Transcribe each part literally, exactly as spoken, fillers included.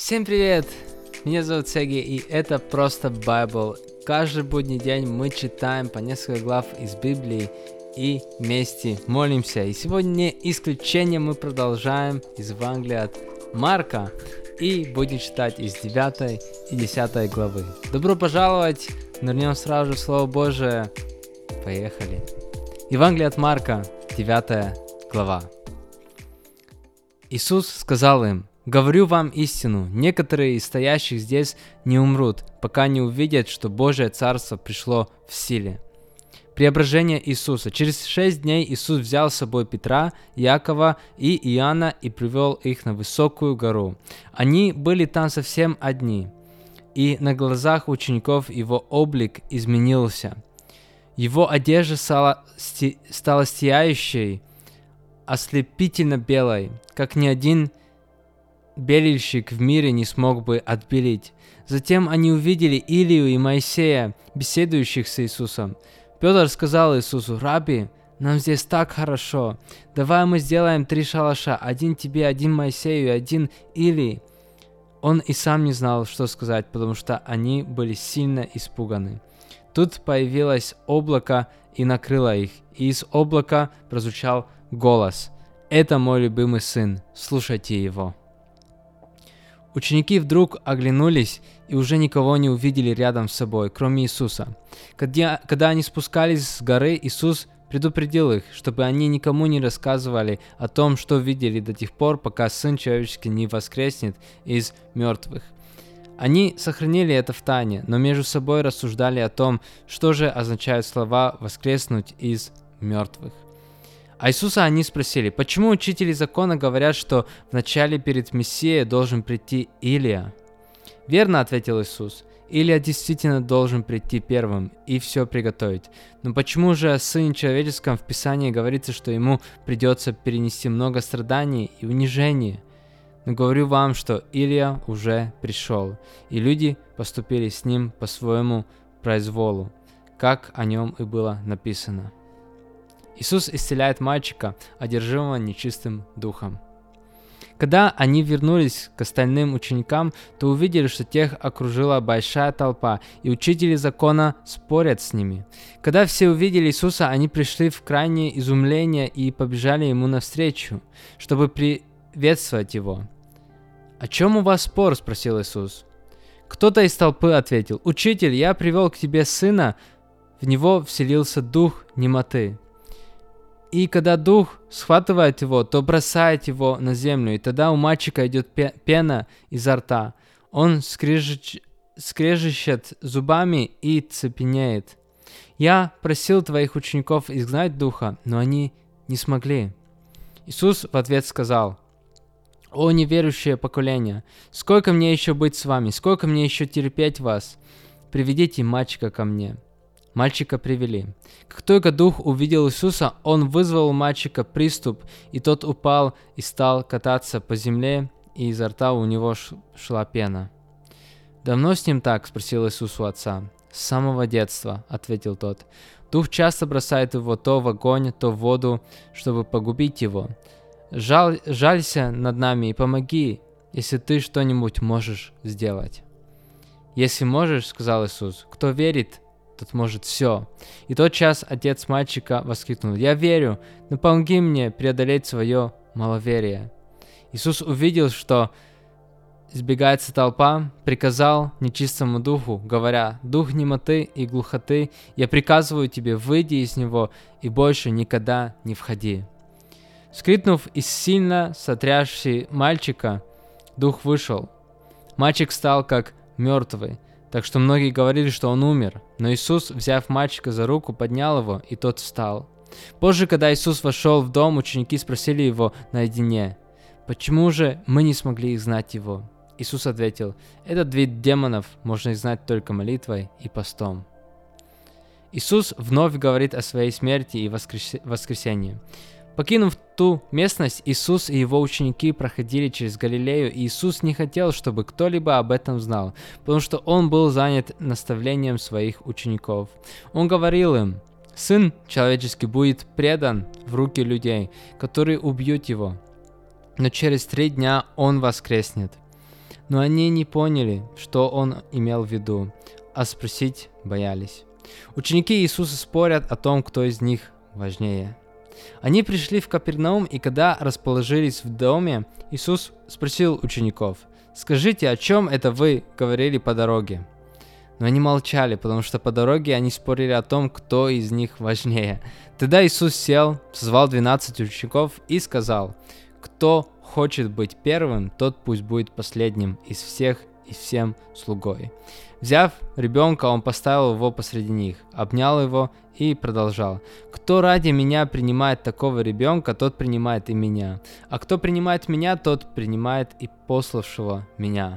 Всем привет! Меня зовут Сеги, и это просто Bible. Каждый будний день мы читаем по несколько глав из Библии и вместе молимся. И сегодня не исключение, мы продолжаем из Евангелия от Марка и будем читать из девятой и десятой главы. Добро пожаловать! Нырнем сразу же в Слово Божие. Поехали! Евангелие от Марка, девятая глава. Иисус сказал им: «Говорю вам истину, некоторые из стоящих здесь не умрут, пока не увидят, что Божие Царство пришло в силе». Преображение Иисуса. Через шесть дней Иисус взял с собой Петра, Иакова и Иоанна и привел их на высокую гору. Они были там совсем одни, и на глазах учеников его облик изменился. Его одежда стала, сти, стала сияющей, ослепительно белой, как ни один белильщик в мире не смог бы отбелить. Затем они увидели Илию и Моисея, беседующих с Иисусом. Петр сказал Иисусу: «Рабби, нам здесь так хорошо. Давай мы сделаем три шалаша, один тебе, один Моисею и один Илии». Он и сам не знал, что сказать, потому что они были сильно испуганы. Тут появилось облако и накрыло их, и из облака прозвучал голос: «Это мой любимый сын, слушайте его». Ученики вдруг оглянулись и уже никого не увидели рядом с собой, кроме Иисуса. Когда, когда они спускались с горы, Иисус предупредил их, чтобы они никому не рассказывали о том, что видели до тех пор, пока Сын Человеческий не воскреснет из мертвых. Они сохранили это в тайне, но между собой рассуждали о том, что же означают слова «воскреснуть из мертвых». А Иисуса они спросили: «Почему учители закона говорят, что вначале перед Мессией должен прийти Илия?» «Верно», — ответил Иисус, — «Илия действительно должен прийти первым и все приготовить. Но почему же о Сыне Человеческом в Писании говорится, что ему придется перенести много страданий и унижений? Но говорю вам, что Илия уже пришел, и люди поступили с ним по своему произволу, как о нем и было написано». Иисус исцеляет мальчика, одержимого нечистым духом. Когда они вернулись к остальным ученикам, то увидели, что тех окружила большая толпа, и учители закона спорят с ними. Когда все увидели Иисуса, они пришли в крайнее изумление и побежали ему навстречу, чтобы приветствовать его. «О чем у вас спор?» – спросил Иисус. Кто-то из толпы ответил: «Учитель, я привел к тебе сына, в него вселился дух немоты. И когда дух схватывает его, то бросает его на землю, и тогда у мальчика идет пена изо рта. Он скрежещ... скрежещет зубами и цепенеет. Я просил твоих учеников изгнать духа, но они не смогли». Иисус в ответ сказал: «О неверующее поколение, сколько мне еще быть с вами, сколько мне еще терпеть вас? Приведите мальчика ко мне». Мальчика привели. Как только дух увидел Иисуса, он вызвал у мальчика приступ, и тот упал и стал кататься по земле, и изо рта у него шла пена. «Давно с ним так?» – спросил Иисус у отца. «С самого детства», – ответил тот. «Дух часто бросает его то в огонь, то в воду, чтобы погубить его. Жаль, жалься над нами и помоги, если ты что-нибудь можешь сделать». «Если можешь», – сказал Иисус, – «кто верит, тот может все». И тотчас отец мальчика воскликнул: «Я верю, но помоги мне преодолеть свое маловерие». Иисус увидел, что избегается толпа, приказал нечистому духу, говоря: «Дух немоты и глухоты, я приказываю тебе, выйди из него и больше никогда не входи». Скрикнув из сильно сотрясший мальчика, дух вышел. Мальчик стал как мертвый, так что многие говорили, что он умер. Но Иисус, взяв мальчика за руку, поднял его, и тот встал. Позже, когда Иисус вошел в дом, ученики спросили его наедине: «Почему же мы не смогли изгнать его?» Иисус ответил: «Этот вид демонов можно изгнать только молитвой и постом». Иисус вновь говорит о своей смерти и воскрес... воскресении. Покинув ту местность, Иисус и его ученики проходили через Галилею, и Иисус не хотел, чтобы кто-либо об этом знал, потому что он был занят наставлением своих учеников. Он говорил им: «Сын человеческий будет предан в руки людей, которые убьют его, но через три дня он воскреснет». Но они не поняли, что он имел в виду, а спросить боялись. Ученики Иисуса спорят о том, кто из них важнее. Они пришли в Капернаум, и когда расположились в доме, Иисус спросил учеников: «Скажите, о чем это вы говорили по дороге?» Но они молчали, потому что по дороге они спорили о том, кто из них важнее. Тогда Иисус сел, созвал двенадцать учеников и сказал: «Кто хочет быть первым, тот пусть будет последним из всех и всем слугой». Взяв ребенка, он поставил его посреди них, обнял его и продолжал: «Кто ради меня принимает такого ребенка, тот принимает и меня. А кто принимает меня, тот принимает и пославшего меня.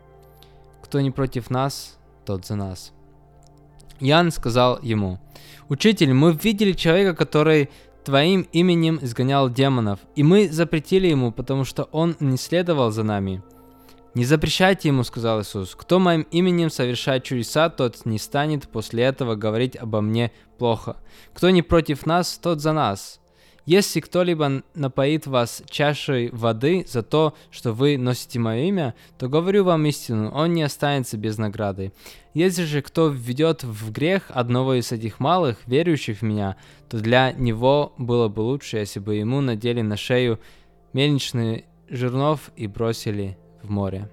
Кто не против нас, тот за нас». Иоанн сказал ему: «Учитель, мы видели человека, который твоим именем изгонял демонов, и мы запретили ему, потому что он не следовал за нами». «Не запрещайте ему, — сказал Иисус, — кто моим именем совершает чудеса, тот не станет после этого говорить обо мне плохо. Кто не против нас, тот за нас. Если кто-либо напоит вас чашей воды за то, что вы носите мое имя, то говорю вам истину, он не останется без награды. Если же кто введет в грех одного из этих малых, верующих в меня, то для него было бы лучше, если бы ему надели на шею мельничный жернов и бросили в море».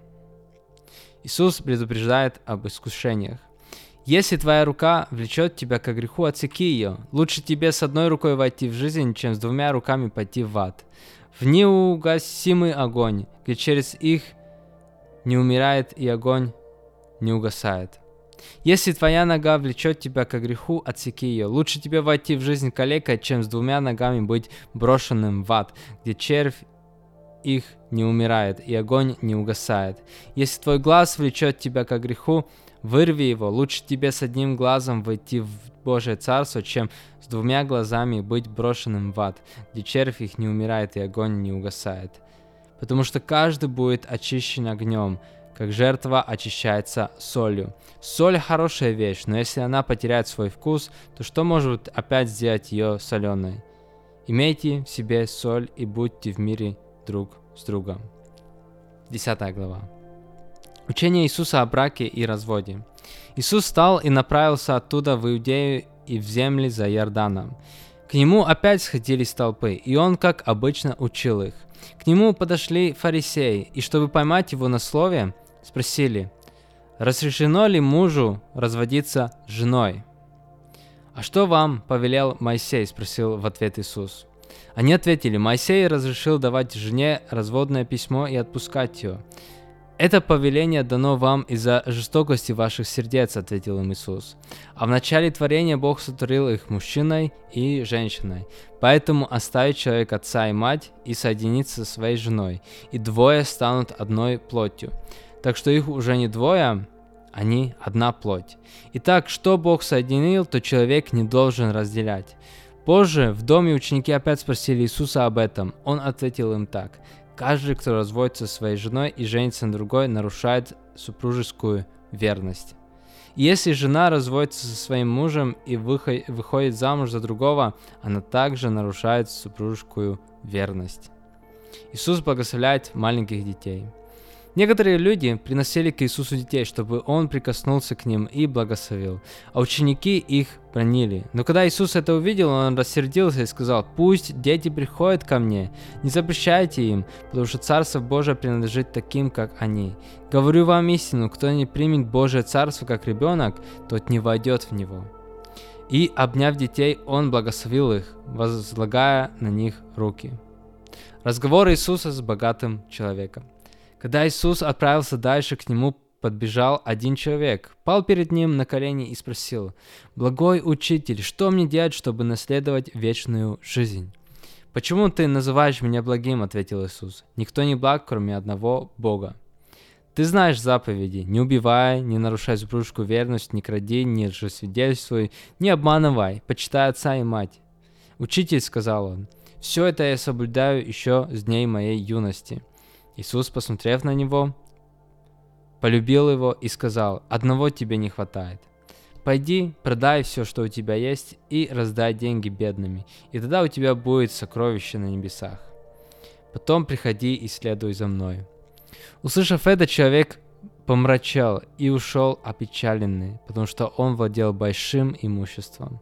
Иисус предупреждает об искушениях. «Если твоя рука влечет тебя к греху, отсеки ее. Лучше тебе с одной рукой войти в жизнь, чем с двумя руками пойти в ад. В неугасимый огонь, где через их не умирает и огонь не угасает. Если твоя нога влечет тебя к греху, отсеки ее. Лучше тебе войти в жизнь калекой, чем с двумя ногами быть брошенным в ад, где червь их не умирает, и огонь не угасает. Если твой глаз влечет тебя к греху, вырви его. Лучше тебе с одним глазом войти в Божие Царство, чем с двумя глазами быть брошенным в ад, где червь их не умирает, и огонь не угасает. Потому что каждый будет очищен огнем, как жертва очищается солью. Соль — хорошая вещь, но если она потеряет свой вкус, то что может опять сделать ее соленой? Имейте в себе соль и будьте в мире друг с другом. Десятая глава. Учение Иисуса о браке и разводе. Иисус встал и направился оттуда в Иудею и в земли за Иорданом. К нему опять сходились толпы, и он, как обычно, учил их. К нему подошли фарисеи, и чтобы поймать его на слове, спросили: «Разрешено ли мужу разводиться с женой?» «А что вам повелел Моисей?» — спросил в ответ Иисус. Они ответили: «Моисей разрешил давать жене разводное письмо и отпускать ее». «Это повеление дано вам из-за жестокости ваших сердец», — ответил им Иисус. «А в начале творения Бог сотворил их мужчиной и женщиной. Поэтому оставит человек отца и мать и соединится со своей женой, и двое станут одной плотью. Так что их уже не двое, они одна плоть. Итак, что Бог соединил, то человек не должен разделять». Позже в доме ученики опять спросили Иисуса об этом. Он ответил им так: «Каждый, кто разводится со своей женой и женится на другой, нарушает супружескую верность. И если жена разводится со своим мужем и выходит замуж за другого, она также нарушает супружескую верность». Иисус благословляет маленьких детей. Некоторые люди приносили к Иисусу детей, чтобы Он прикоснулся к ним и благословил, а ученики их бранили. Но когда Иисус это увидел, Он рассердился и сказал: «Пусть дети приходят ко мне, не запрещайте им, потому что Царство Божие принадлежит таким, как они. Говорю вам истину, кто не примет Божие Царство как ребенок, тот не войдет в него». И, обняв детей, Он благословил их, возлагая на них руки. Разговор Иисуса с богатым человеком. Когда Иисус отправился дальше, к нему подбежал один человек, пал перед ним на колени и спросил: «Благой учитель, что мне делать, чтобы наследовать вечную жизнь?» «Почему ты называешь меня благим?» — ответил Иисус. «Никто не благ, кроме одного Бога. Ты знаешь заповеди: не убивай, не нарушай супружескую верность, не кради, не лжесвидетельствуй, не обманывай, почитай отца и мать». «Учитель», — сказал он, — «все это я соблюдаю еще с дней моей юности». Иисус, посмотрев на него, полюбил его и сказал: «Одного тебе не хватает. Пойди, продай все, что у тебя есть, и раздай деньги бедными, и тогда у тебя будет сокровище на небесах. Потом приходи и следуй за мной». Услышав это, человек помрачал и ушел опечаленный, потому что он владел большим имуществом.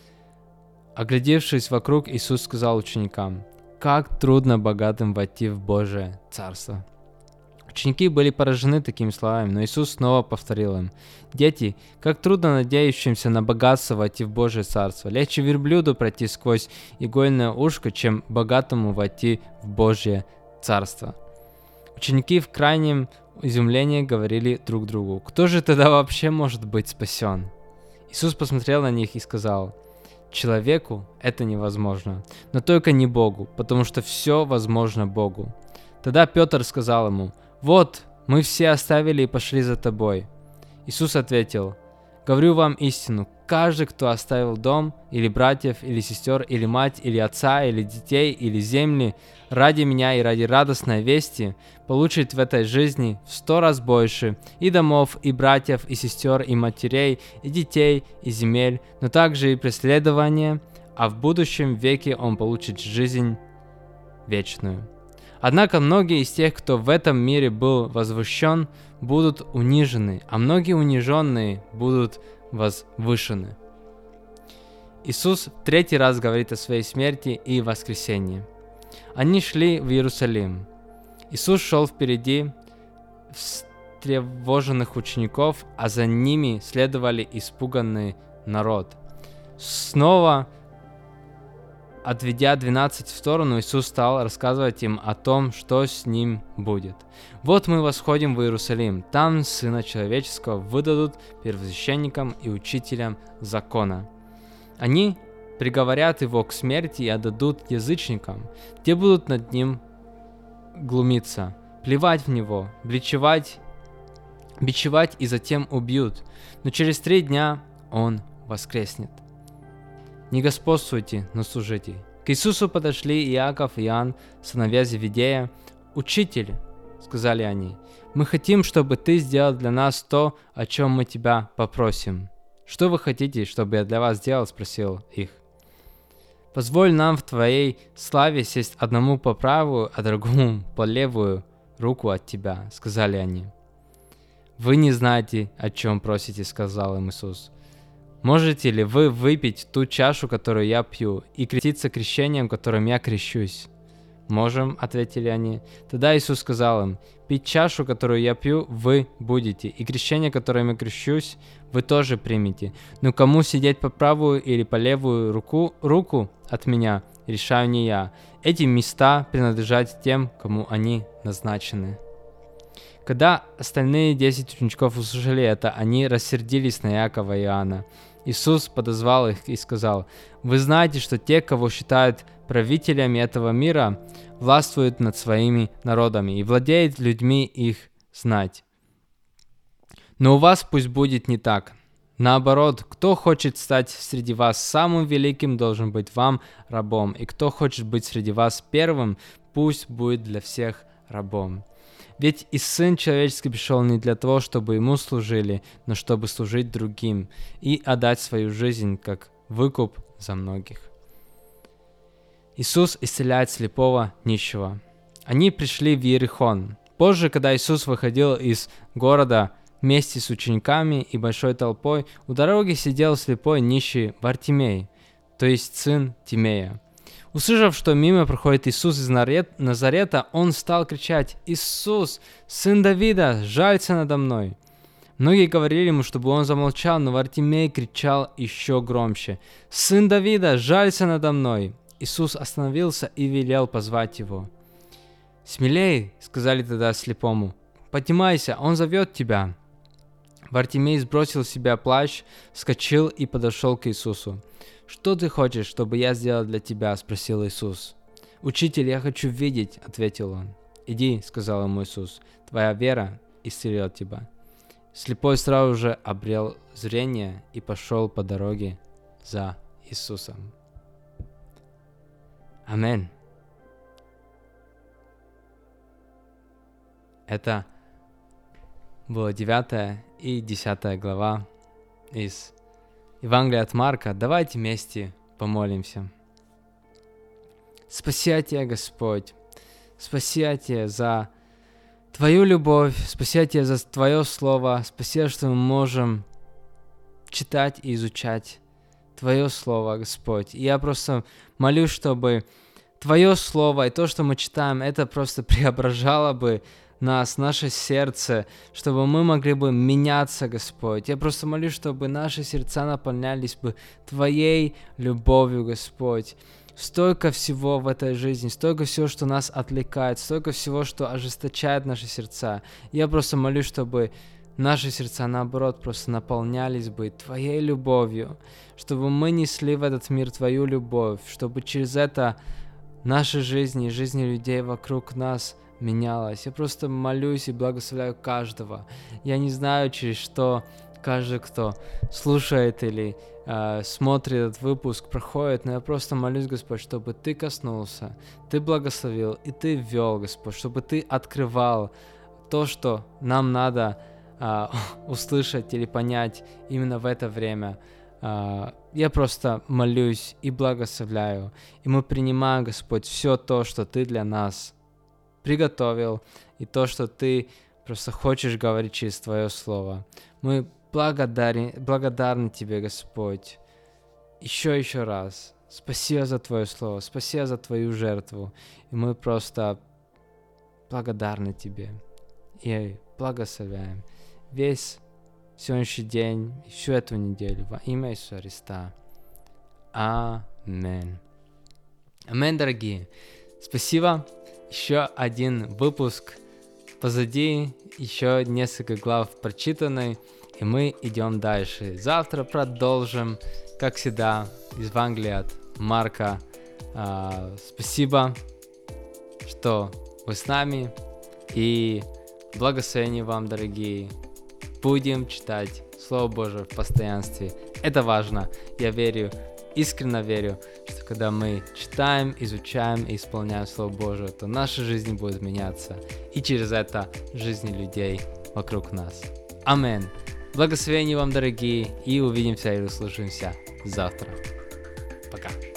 Оглядевшись вокруг, Иисус сказал ученикам: «Как трудно богатым войти в Божие Царство». Ученики были поражены такими словами, но Иисус снова повторил им: «Дети, как трудно надеющимся на богатство войти в Божие Царство. Легче верблюду пройти сквозь игольное ушко, чем богатому войти в Божье Царство». Ученики в крайнем изумлении говорили друг другу: «Кто же тогда вообще может быть спасен?» Иисус посмотрел на них и сказал: «Человеку это невозможно, но только не Богу, потому что все возможно Богу». Тогда Петр сказал ему: «Вот, мы все оставили и пошли за тобой». Иисус ответил: «Говорю вам истину, каждый, кто оставил дом, или братьев, или сестер, или мать, или отца, или детей, или земли, ради меня и ради радостной вести, получит в этой жизни в сто раз больше и домов, и братьев, и сестер, и матерей, и детей, и земель, но также и преследования, а в будущем веке он получит жизнь вечную». Однако многие из тех, кто в этом мире был возвышен, будут унижены, а многие униженные будут возвышены. Иисус в третий раз говорит о своей смерти и воскресении. Они шли в Иерусалим. Иисус шел впереди встревоженных учеников, а за ними следовали испуганный народ. Снова отведя двенадцать в сторону, Иисус стал рассказывать им о том, что с ним будет. «Вот мы восходим в Иерусалим, там Сына Человеческого выдадут первосвященникам и учителям закона. Они приговорят его к смерти и отдадут язычникам, те будут над ним глумиться, плевать в него, бичевать, бичевать и затем убьют, но через три дня он воскреснет. Не господствуйте, но служите». К Иисусу подошли Иаков и Иоанн, сыновья Зеведея. «Учитель», — сказали они, — «мы хотим, чтобы ты сделал для нас то, о чем мы тебя попросим». «Что вы хотите, чтобы я для вас сделал?» — спросил их. «Позволь нам в твоей славе сесть одному по правую, а другому по левую руку от тебя», — сказали они. «Вы не знаете, о чем просите», — сказал им Иисус. «Можете ли вы выпить ту чашу, которую я пью, и креститься крещением, которым я крещусь?» «Можем», — ответили они. Тогда Иисус сказал им: «Пить чашу, которую я пью, вы будете, и крещение, которым я крещусь, вы тоже примете. Но кому сидеть по правую или по левую руку, руку от меня, решаю не я. Эти места принадлежат тем, кому они назначены». Когда остальные десять учеников услышали это, они рассердились на Иакова и Иоанна. Иисус подозвал их и сказал: «Вы знаете, что те, кого считают правителями этого мира, властвуют над своими народами и владеют людьми их знать. Но у вас пусть будет не так. Наоборот, кто хочет стать среди вас самым великим, должен быть вам рабом, и кто хочет быть среди вас первым, пусть будет для всех рабом. Ведь и Сын Человеческий пришел не для того, чтобы Ему служили, но чтобы служить другим и отдать свою жизнь как выкуп за многих». Иисус исцеляет слепого нищего. Они пришли в Иерихон. Позже, когда Иисус выходил из города вместе с учениками и большой толпой, у дороги сидел слепой нищий Вартимей, то есть сын Тимея. Услышав, что мимо проходит Иисус из Назарета, он стал кричать: «Иисус, сын Давида, жалься надо мной!» Многие говорили ему, чтобы он замолчал, но Вартимей кричал еще громче: «Сын Давида, жалься надо мной!» Иисус остановился и велел позвать его. «Смелей!» — сказали тогда слепому. «Поднимайся, он зовет тебя!» Вартимей сбросил с себя плащ, вскочил и подошел к Иисусу. «Что ты хочешь, чтобы я сделал для тебя?» — спросил Иисус. «Учитель, я хочу видеть», — ответил он. «Иди», — сказал ему Иисус, — «твоя вера исцелила тебя». Слепой сразу же обрел зрение и пошел по дороге за Иисусом. Аминь. Это была девятая и десятая глава из Евангелия от Марка. Давайте вместе помолимся. Спаси Тебя, Господь. Спаси Тебя за Твою любовь, спасибо Тебе за Твое Слово, спасибо, что мы можем читать и изучать Твое Слово, Господь. И я просто молюсь, чтобы Твое Слово и то, что мы читаем, это просто преображало бы нас, наше сердце, чтобы мы могли бы меняться, Господь. Я просто молюсь, чтобы наши сердца наполнялись бы Твоей любовью, Господь. Столько всего в этой жизни, столько всего, что нас отвлекает, столько всего, что ожесточает наши сердца. Я просто молюсь, чтобы наши сердца, наоборот, просто наполнялись бы Твоей любовью, чтобы мы несли в этот мир Твою любовь, чтобы через это наши жизни и жизни людей вокруг нас менялась. Я просто молюсь и благословляю каждого. Я не знаю, через что каждый, кто слушает или э, смотрит этот выпуск, проходит, но я просто молюсь, Господь, чтобы Ты коснулся, Ты благословил и Ты вел, Господь, чтобы Ты открывал то, что нам надо э, услышать или понять именно в это время. Uh, я просто молюсь и благословляю, и мы принимаем, Господь, все то, что Ты для нас приготовил, и то, что Ты просто хочешь говорить через Твое Слово. Мы благодарны, благодарны Тебе, Господь, еще еще раз. Спасибо за Твое Слово, спасибо за Твою жертву, и мы просто благодарны Тебе и благословляем весь сегодняшний день, всю эту неделю во имя Иисуса Христа. Аминь. Аминь, дорогие. Спасибо. Еще один выпуск позади, еще несколько глав прочитаны, и мы идем дальше. Завтра продолжим, как всегда, Евангелие от Марка. А, спасибо, что вы с нами, и благословения вам, дорогие. Будем читать Слово Божие в постоянстве. Это важно. Я верю, искренне верю, что когда мы читаем, изучаем и исполняем Слово Божие, то наша жизнь будет меняться. И через это жизни людей вокруг нас. Аминь. Благословения вам, дорогие, и увидимся и услышимся завтра. Пока.